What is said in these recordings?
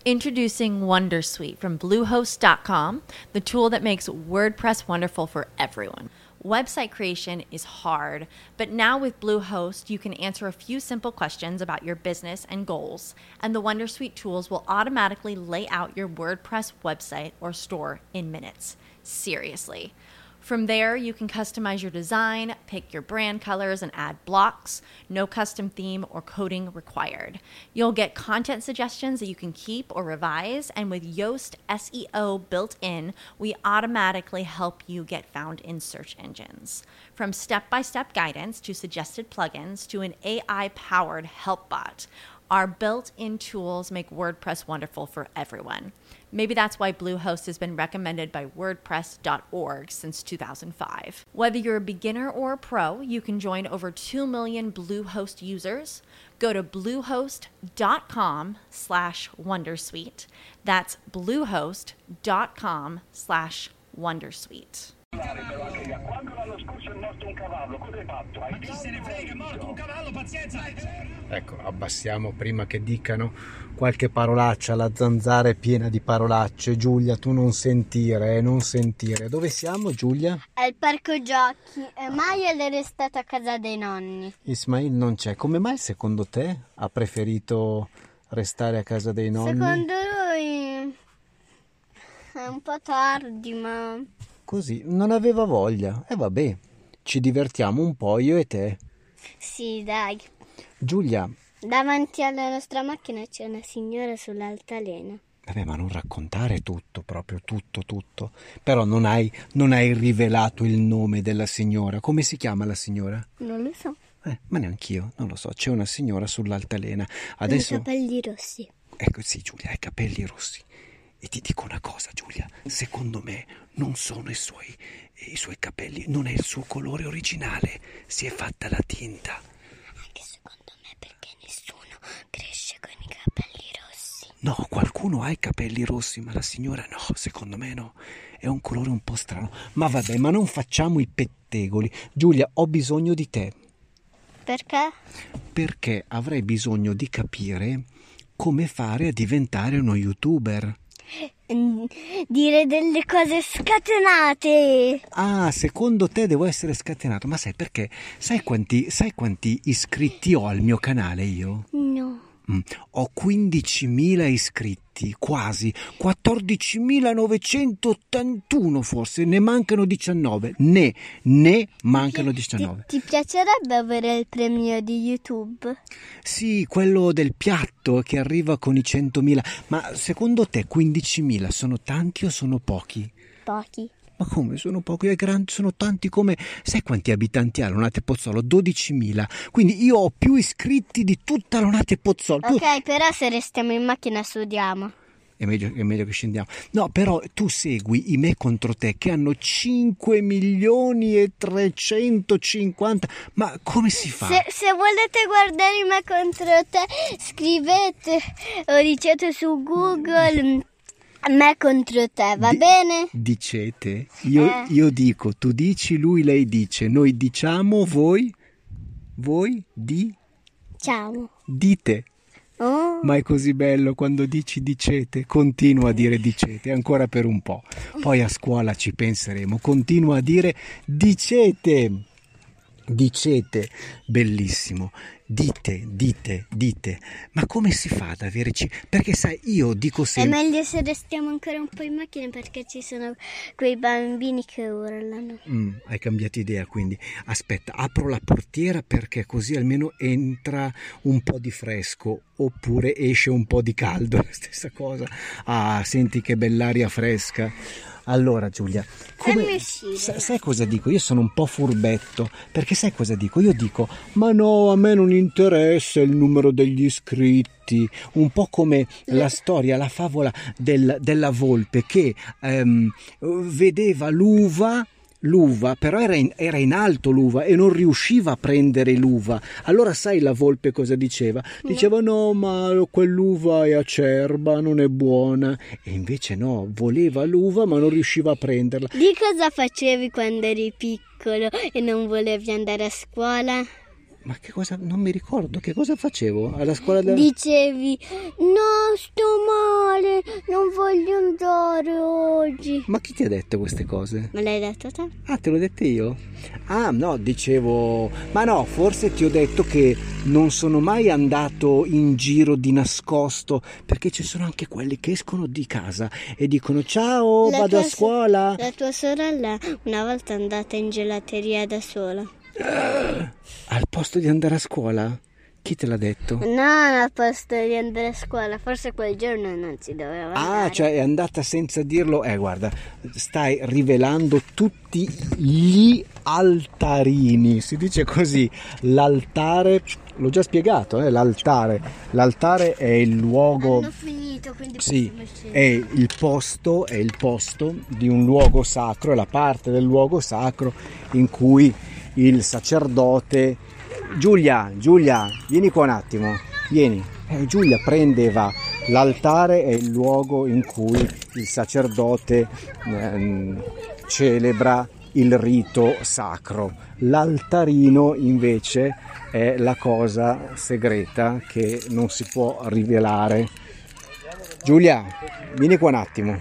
Introducing Wondersuite from Bluehost.com, the tool that makes WordPress wonderful for everyone. Website creation is hard, but now with Bluehost, you can answer a few simple questions about your business and goals, and the Wondersuite tools will automatically lay out your WordPress website or store in minutes. Seriously. From there, you can customize your design, pick your brand colors, and add blocks. No custom theme or coding required. You'll get content suggestions that you can keep or revise, and with Yoast SEO built in, we automatically help you get found in search engines. From step-by-step guidance to suggested plugins to an AI-powered help bot, our built-in tools make WordPress wonderful for everyone. Maybe that's why Bluehost has been recommended by WordPress.org since 2005. Whether you're a beginner or a pro, you can join over 2 million Bluehost users. Go to bluehost.com/wondersuite. That's bluehost.com/wondersuite. Quando l'anno scorso è morto un cavallo, cosa hai fatto? Ma chi se ne frega, è morto un cavallo, pazienza! Ecco, abbassiamo prima che dicano qualche parolaccia, la zanzara è piena di parolacce. Giulia, tu non sentire. Dove siamo, Giulia? Al parco giochi. Maya è restata a casa dei nonni. Ismail non c'è. Come mai secondo te ha preferito restare a casa dei nonni? Secondo lui è un po' tardi, ma... Così, non aveva voglia. E vabbè, ci divertiamo un po' io e te. Sì, dai. Giulia. Davanti alla nostra macchina c'è una signora sull'altalena. Vabbè, ma non raccontare tutto, proprio tutto. Però non hai rivelato il nome della signora. Come si chiama la signora? Non lo so. Ma neanch'io, non lo so. C'è una signora sull'altalena. Adesso... Con i capelli rossi. Ecco, sì, Giulia, ha i capelli rossi. E ti dico una cosa, Giulia, secondo me non sono i suoi capelli, non è il suo colore originale, si è fatta la tinta. Anche secondo me, perché nessuno cresce con i capelli rossi. No, qualcuno ha i capelli rossi, ma la signora no, secondo me no, è un colore un po' strano. Ma vabbè, ma non facciamo i pettegoli. Giulia, ho bisogno di te. Perché? Perché avrei bisogno di capire come fare a diventare uno YouTuber. Dire delle cose scatenate. Ah, secondo te devo essere scatenato? Ma sai perché? Sai quanti iscritti ho al mio canale io? No. Ho 15.000 iscritti, quasi 14.981 forse, ne mancano 19, ne mancano 19. Ti piacerebbe avere il premio di YouTube? Sì, quello del piatto che arriva con i 100.000, ma secondo te 15.000 sono tanti o sono pochi? Pochi. Ma come sono pochi? Sono tanti come... Sai quanti abitanti ha Lonate Pozzolo? 12.000. Quindi io ho più iscritti di tutta Lonate Pozzolo. Ok, però se restiamo in macchina studiamo. È meglio che scendiamo. No, però tu segui i Me contro te che hanno 5.350.000. Ma come si fa? Se volete guardare i Me contro te, scrivete o dicete su Google... Me contro te, va bene? Dicete? Io dico, tu dici, lui, lei dice. Noi diciamo, voi Ciao. Dite. Oh. Ma è così bello quando dici dicete. Continua a dire dicete, ancora per un po'. Poi a scuola ci penseremo. Continua a dire dicete. Dicete, bellissimo, dite, ma come si fa ad avere perché sai, io dico sempre... È meglio se restiamo ancora un po' in macchina perché ci sono quei bambini che urlano. Hai cambiato idea, quindi aspetta, apro la portiera perché così almeno entra un po' di fresco, oppure esce un po' di caldo, la stessa cosa. Ah, senti che bell'aria fresca. Allora Giulia, sai cosa dico? Io sono un po' furbetto, perché sai cosa dico? Io dico, ma no, a me non interessa il numero degli iscritti, un po' come la storia, la favola della volpe che vedeva l'uva, però era in alto l'uva e non riusciva a prendere l'uva. Allora sai la volpe cosa diceva? Diceva no, ma quell'uva è acerba, non è buona. E invece no, voleva l'uva ma non riusciva a prenderla. Di cosa facevi quando eri piccolo e non volevi andare a scuola? Ma che cosa? Non mi ricordo. Che cosa facevo alla scuola? Dicevi, no, sto male, oggi. Ma chi ti ha detto queste cose? Me l'hai detto te? Ah, te l'ho dette io? Ah, no, dicevo... Ma no, forse ti ho detto che non sono mai andato in giro di nascosto, perché ci sono anche quelli che escono di casa e dicono ciao, vado a scuola. La tua sorella una volta è andata in gelateria da sola. Al posto di andare a scuola? Chi te l'ha detto? No, al posto di andare a scuola. Forse quel giorno non si doveva andare. Ah, cioè è andata senza dirlo. Guarda, stai rivelando tutti gli altarini. Si dice così, l'altare, l'ho già spiegato, l'altare. L'altare è il luogo... Hanno finito, quindi sì, possiamo scendere. è il posto di un luogo sacro, è la parte del luogo sacro in cui il sacerdote... Giulia, vieni qua un attimo, vieni. Giulia prende e va. L'altare è il luogo in cui il sacerdote celebra il rito sacro. L'altarino invece è la cosa segreta che non si può rivelare. Giulia, vieni qua un attimo.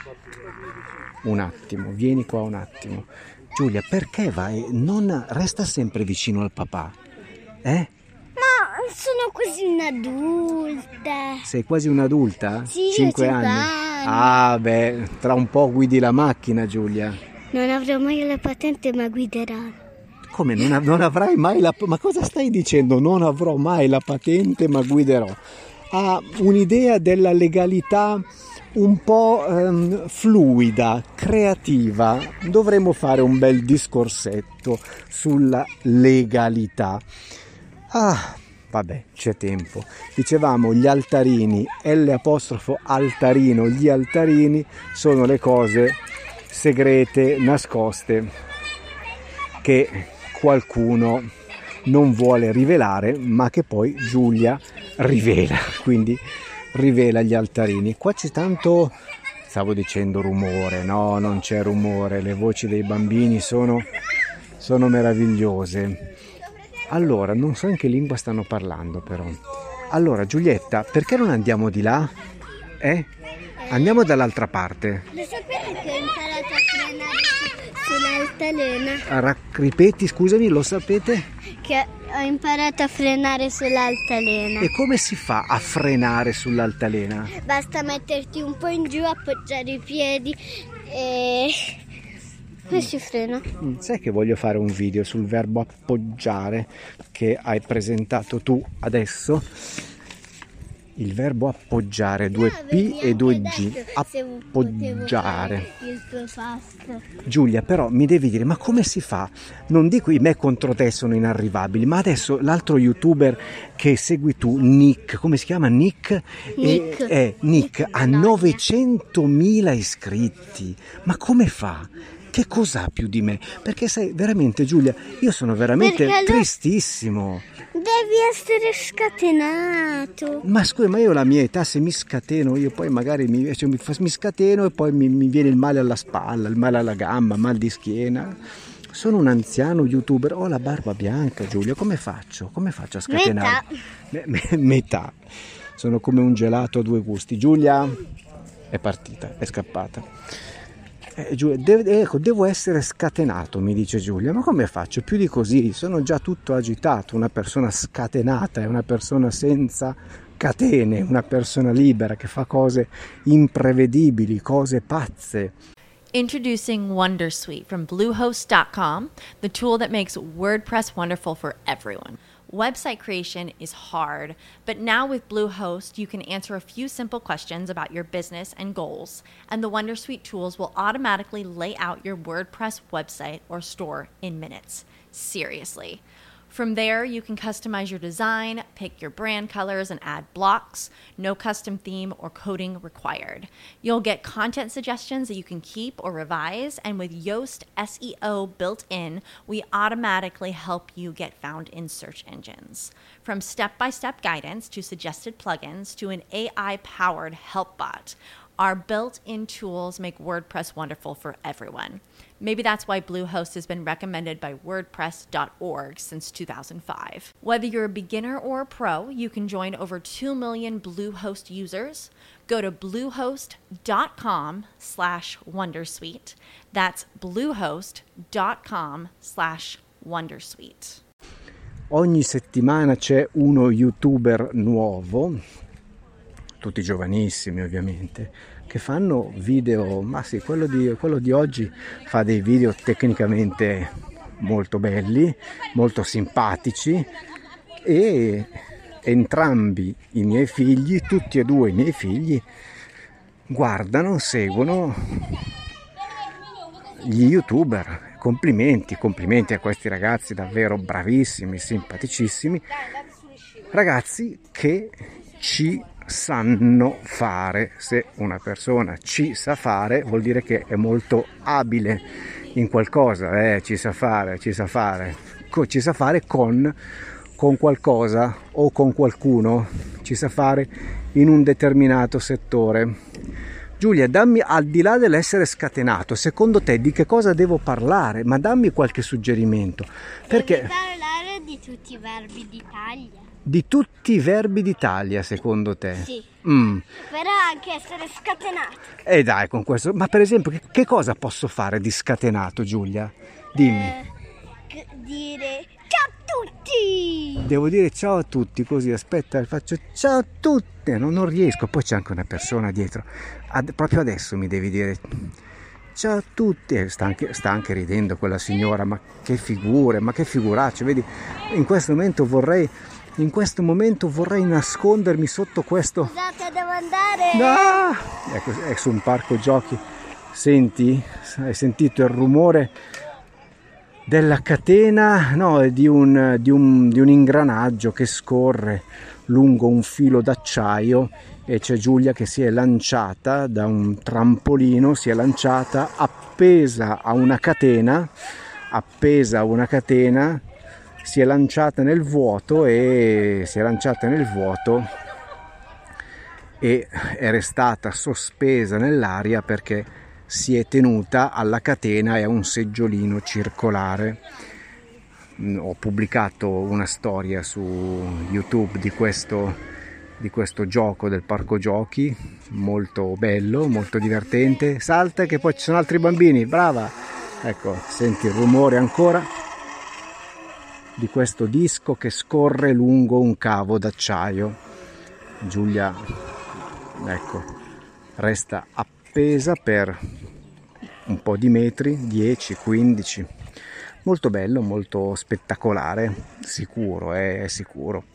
Vieni qua un attimo. Giulia, perché vai? Non resta sempre vicino al papà. Ma sono quasi un'adulta. Sei quasi un'adulta? Sì, 5 io ho anni. 5 anni. Ah, beh, tra un po' guidi la macchina, Giulia. Non avrò mai la patente, ma guiderò. Come non avrai mai la... Ma cosa stai dicendo? Non avrò mai la patente, ma guiderò. Ha un'idea della legalità un po' fluida, creativa. Dovremmo fare un bel discorsetto sulla legalità. Ah, vabbè, c'è tempo. Dicevamo gli altarini, L''altarino, gli altarini sono le cose segrete, nascoste, che qualcuno non vuole rivelare, ma che poi Giulia rivela, quindi rivela gli altarini. Qua c'è tanto, stavo dicendo rumore, no, non c'è rumore, le voci dei bambini sono meravigliose. Allora, non so in che lingua stanno parlando però. Allora, Giulietta, perché non andiamo di là? Andiamo dall'altra parte. Lo sapete che ho imparato a frenare sull'altalena? Ripeti, scusami, lo sapete? Che ho imparato a frenare sull'altalena. E come si fa a frenare sull'altalena? Basta metterti un po' in giù, appoggiare i piedi e si frena. Sai che voglio fare un video sul verbo appoggiare che hai presentato tu adesso? Il verbo appoggiare, 2P e 2G. Appoggiare. Giulia, però mi devi dire, ma come si fa? Non dico i me contro te sono inarrivabili, ma adesso l'altro youtuber che segui tu, Nick, come si chiama? Nick ha 900.000 iscritti. Ma come fa? Che cosa ha più di me? Perché sai, veramente Giulia, io sono veramente tristissimo. Devi essere scatenato. Ma scusa, ma io ho la mia età, se mi scateno, io poi magari mi scateno e poi mi viene il male alla spalla, il male alla gamba, mal di schiena. Sono un anziano youtuber, ho la barba bianca, Giulia, come faccio? Come faccio a scatenare? Metà. Sono come un gelato a due gusti. Giulia è partita, è scappata. Giulia, devo essere scatenato, mi dice Giulia. Ma come faccio? Più di così, sono già tutto agitato. Una persona scatenata è una persona senza catene, una persona libera che fa cose imprevedibili, cose pazze. Introducing Wondersuite from Bluehost.com, the tool that makes WordPress wonderful for everyone. Website creation is hard, but now with Bluehost, you can answer a few simple questions about your business and goals, and the Wondersuite tools will automatically lay out your WordPress website or store in minutes. Seriously. From there, you can customize your design, pick your brand colors, and add blocks. No custom theme or coding required. You'll get content suggestions that you can keep or revise, and with Yoast SEO built in, we automatically help you get found in search engines. From step-by-step guidance to suggested plugins to an AI-powered help bot, Our built-in tools make WordPress wonderful for everyone. Maybe that's why Bluehost has been recommended by WordPress.org since 2005. Whether you're a beginner or a pro, you can join over 2 million Bluehost users. Go to bluehost.com/wondersuite. That's bluehost.com/wondersuite. Ogni settimana c'è uno youtuber nuovo, tutti giovanissimi ovviamente, che fanno video, ma sì, quello di oggi fa dei video tecnicamente molto belli, molto simpatici, e entrambi i miei figli, tutti e due i miei figli, guardano, seguono gli youtuber. Complimenti a questi ragazzi davvero bravissimi, simpaticissimi, ragazzi che ci sanno fare. Se una persona ci sa fare vuol dire che è molto abile in qualcosa, ci sa fare con qualcosa o con qualcuno, ci sa fare in un determinato settore. Giulia, dammi, al di là dell'essere scatenato, secondo te di che cosa devo parlare? Ma dammi qualche suggerimento. Perché devi parlare di tutti i verbi d'Italia. Di tutti i verbi d'Italia, secondo te? Sì. Però anche essere scatenato. Dai, con questo. Ma per esempio, che cosa posso fare di scatenato, Giulia? Dimmi. Dire ciao a tutti. Devo dire ciao a tutti, così, aspetta, faccio ciao a tutti. Non riesco, poi c'è anche una persona dietro. Proprio adesso mi devi dire ciao a tutti. Sta anche ridendo quella signora, ma che figure, ma che figuraccio, vedi? In questo momento vorrei nascondermi sotto questo. Scusate, devo andare. Ecco, è su un parco giochi. Senti? Hai sentito il rumore della catena? No, è di un ingranaggio che scorre lungo un filo d'acciaio, e c'è Giulia che si è lanciata da un trampolino, appesa a una catena, si è lanciata nel vuoto e è restata sospesa nell'aria perché si è tenuta alla catena e a un seggiolino circolare. Ho pubblicato una storia su YouTube di questo gioco del parco giochi, molto bello, molto divertente. Salta che poi ci sono altri bambini, brava! Ecco, senti il rumore ancora di questo disco che scorre lungo un cavo d'acciaio. Giulia, ecco, resta appesa per un po' di metri, 10, 15. Molto bello, molto spettacolare, sicuro, è sicuro.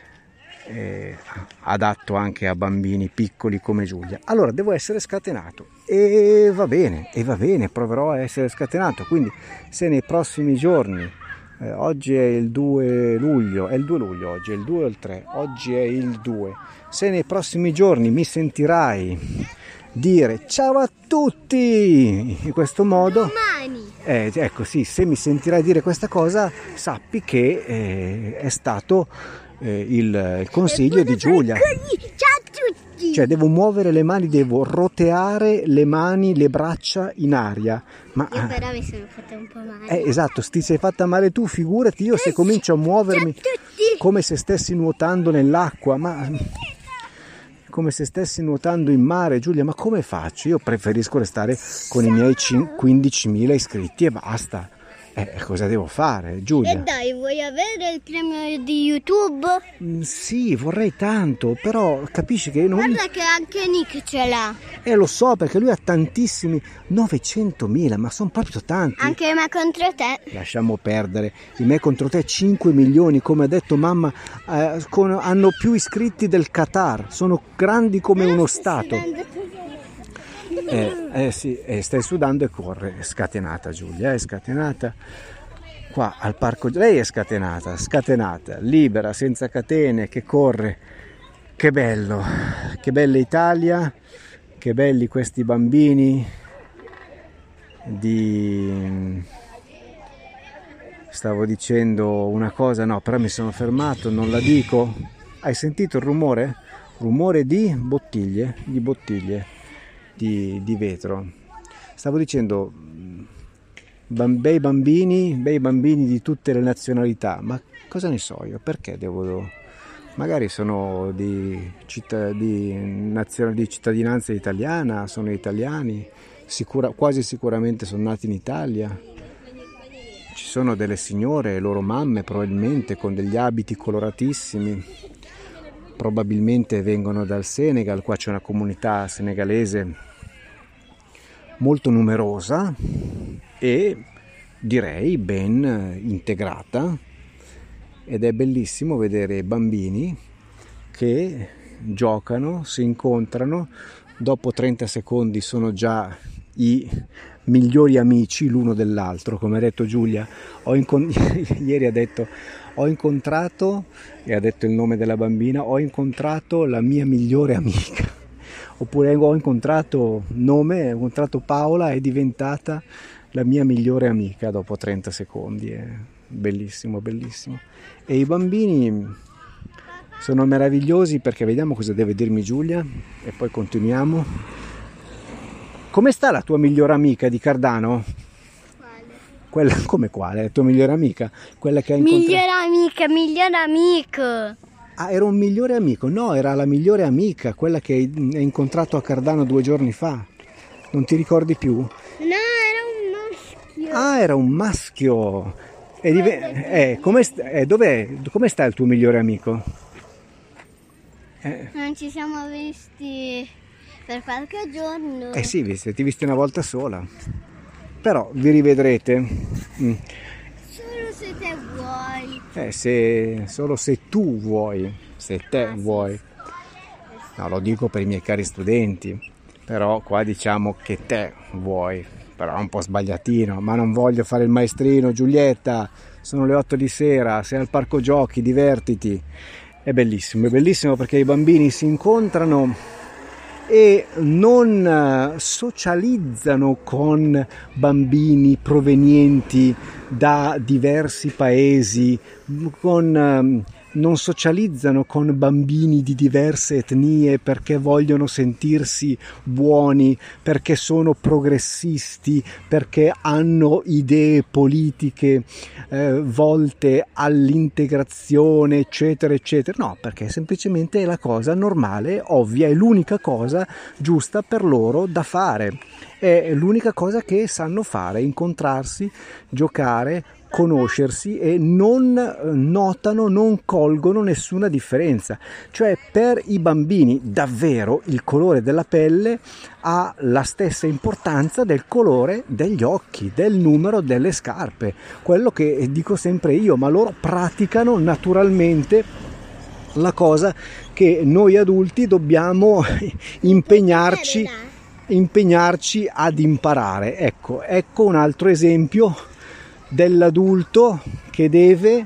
Adatto anche a bambini piccoli come Giulia. Allora devo essere scatenato e va bene, proverò a essere scatenato. Quindi se nei prossimi giorni, oggi è il 2 luglio, oggi è il 2 o il 3, oggi è il 2, se nei prossimi giorni mi sentirai dire ciao a tutti in questo modo, ecco, sì, se mi sentirai dire questa cosa, sappi che è stato il consiglio di Giulia. Ciao a tutti. Cioè devo muovere le mani, devo roteare le mani, le braccia in aria. Ma io però mi sono fatta un po' male. Esatto, ti sei fatta male tu, figurati io se comincio a muovermi come se stessi nuotando nell'acqua, ma come se stessi nuotando in mare. Giulia, ma come faccio? Io preferisco restare con i miei 15.000 iscritti e basta. Cosa devo fare, Giulia? E dai, vuoi avere il premio di YouTube? Sì, vorrei tanto, però capisci che non... Guarda che anche Nick ce l'ha. Lo so, perché lui ha tantissimi, 900.000, ma sono proprio tanti. Anche me contro te. Lasciamo perdere, i me contro te 5 milioni, come ha detto mamma, hanno più iscritti del Qatar, sono grandi come uno stato. Sì, stai sudando e corre, è scatenata Giulia, è scatenata qua al parco, lei è scatenata, libera, senza catene, che corre. Che bello, che bella Italia, che belli questi bambini stavo dicendo una cosa, no, però mi sono fermato, non la dico. Hai sentito il rumore? Rumore di bottiglie. di vetro. Stavo dicendo bei bambini di tutte le nazionalità, ma cosa ne so io? Perché magari sono di cittadinanza italiana, sono italiani, quasi sicuramente sono nati in Italia. Ci sono delle signore, loro mamme probabilmente, con degli abiti coloratissimi, probabilmente vengono dal Senegal. Qua c'è una comunità senegalese molto numerosa e direi ben integrata, ed è bellissimo vedere bambini che giocano, si incontrano, dopo 30 secondi sono già i migliori amici l'uno dell'altro. Come ha detto Giulia, ieri ha detto ho incontrato, e ha detto il nome della bambina, ho incontrato la mia migliore amica, oppure ho incontrato Paola, è diventata la mia migliore amica dopo 30 secondi. È bellissimo, bellissimo. E i bambini sono meravigliosi, perché vediamo cosa deve dirmi Giulia e poi continuiamo. Come sta la tua migliore amica di Cardano? Quale? Come quale? La tua migliore amica? Quella che hai incontrato? Migliore amico. Ah, era un migliore amico? No, era la migliore amica, quella che hai incontrato a Cardano 2 giorni fa. Non ti ricordi più? No, era un maschio. Ah, era un maschio. Come sta il tuo migliore amico? Non ci siamo visti per qualche giorno. Sì, vi siete visti una volta sola. Però vi rivedrete. Solo se te vuoi. Solo se tu vuoi. Se te vuoi. No, lo dico per i miei cari studenti. Però qua diciamo che te vuoi. Però è un po' sbagliatino, ma non voglio fare il maestrino. Giulietta, sono le 8 di sera, sei al parco giochi, divertiti. È bellissimo perché i bambini si incontrano e non socializzano con bambini provenienti da diversi paesi, non socializzano con bambini di diverse etnie perché vogliono sentirsi buoni, perché sono progressisti, perché hanno idee politiche volte all'integrazione, eccetera eccetera. No, perché semplicemente è la cosa normale, ovvia, è l'unica cosa giusta per loro da fare, è l'unica cosa che sanno fare: incontrarsi, giocare, conoscersi, e non notano, non colgono nessuna differenza. Cioè, per i bambini davvero il colore della pelle ha la stessa importanza del colore degli occhi, del numero delle scarpe, quello che dico sempre io, ma loro praticano naturalmente la cosa che noi adulti dobbiamo impegnarci ad imparare. Ecco un altro esempio dell'adulto che deve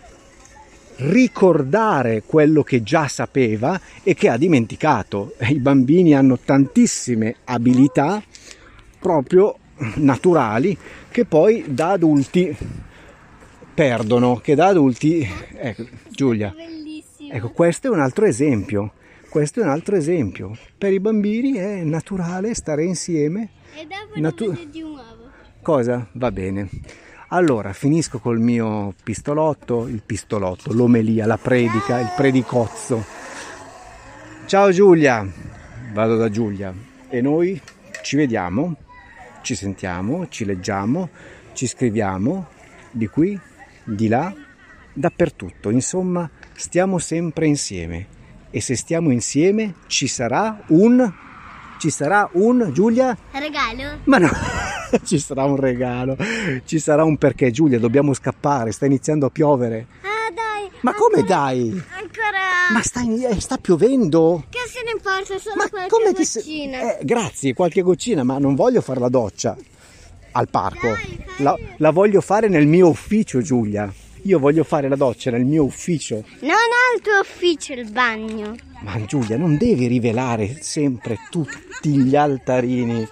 ricordare quello che già sapeva e che ha dimenticato. I bambini hanno tantissime abilità proprio naturali che poi da adulti perdono, ecco, Giulia, ecco, questo è un altro esempio. Per i bambini è naturale stare insieme. E dopo di un uovo. Cosa? Va bene. Allora, finisco col mio l'omelia, la predica, il predicozzo. Ciao Giulia, vado da Giulia e noi ci vediamo, ci sentiamo, ci leggiamo, ci scriviamo di qui, di là, dappertutto. Insomma, stiamo sempre insieme. E se stiamo insieme ci sarà un Giulia? Regalo? Ma no, ci sarà un regalo, ci sarà un perché. Giulia, dobbiamo scappare, sta iniziando a piovere. Ah dai! Ma come dai? Ancora! Ma sta piovendo? Che se ne importa, solo Ma qualche come goccina. Grazie, qualche goccina, ma non voglio fare la doccia al parco. Dai, la voglio fare nel mio ufficio, Giulia. Io voglio fare la doccia nel mio ufficio. Non al tuo ufficio, il bagno. Ma Giulia, non devi rivelare sempre tutti gli altarini.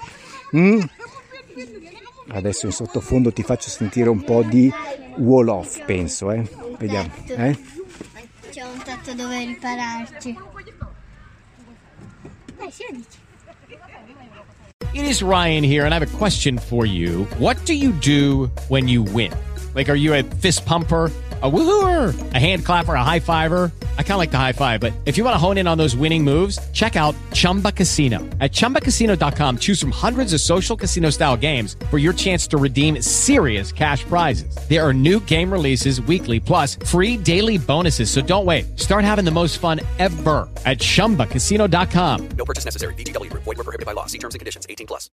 Adesso in sottofondo ti faccio sentire un po' di Wall Off, penso, Vediamo, C'è un tetto dove ripararci. Siedici. It is Ryan here, and I have a question for you. What do you do when you win? Like, are you a fist pumper, a woohooer, a hand clapper, a high fiver? I kind of like the high five, but if you want to hone in on those winning moves, check out Chumba Casino. At ChumbaCasino.com, choose from hundreds of social casino-style games for your chance to redeem serious cash prizes. There are new game releases weekly, plus free daily bonuses, so don't wait. Start having the most fun ever at ChumbaCasino.com. No purchase necessary. VGW Group. Void where prohibited by law. See terms and conditions. 18+.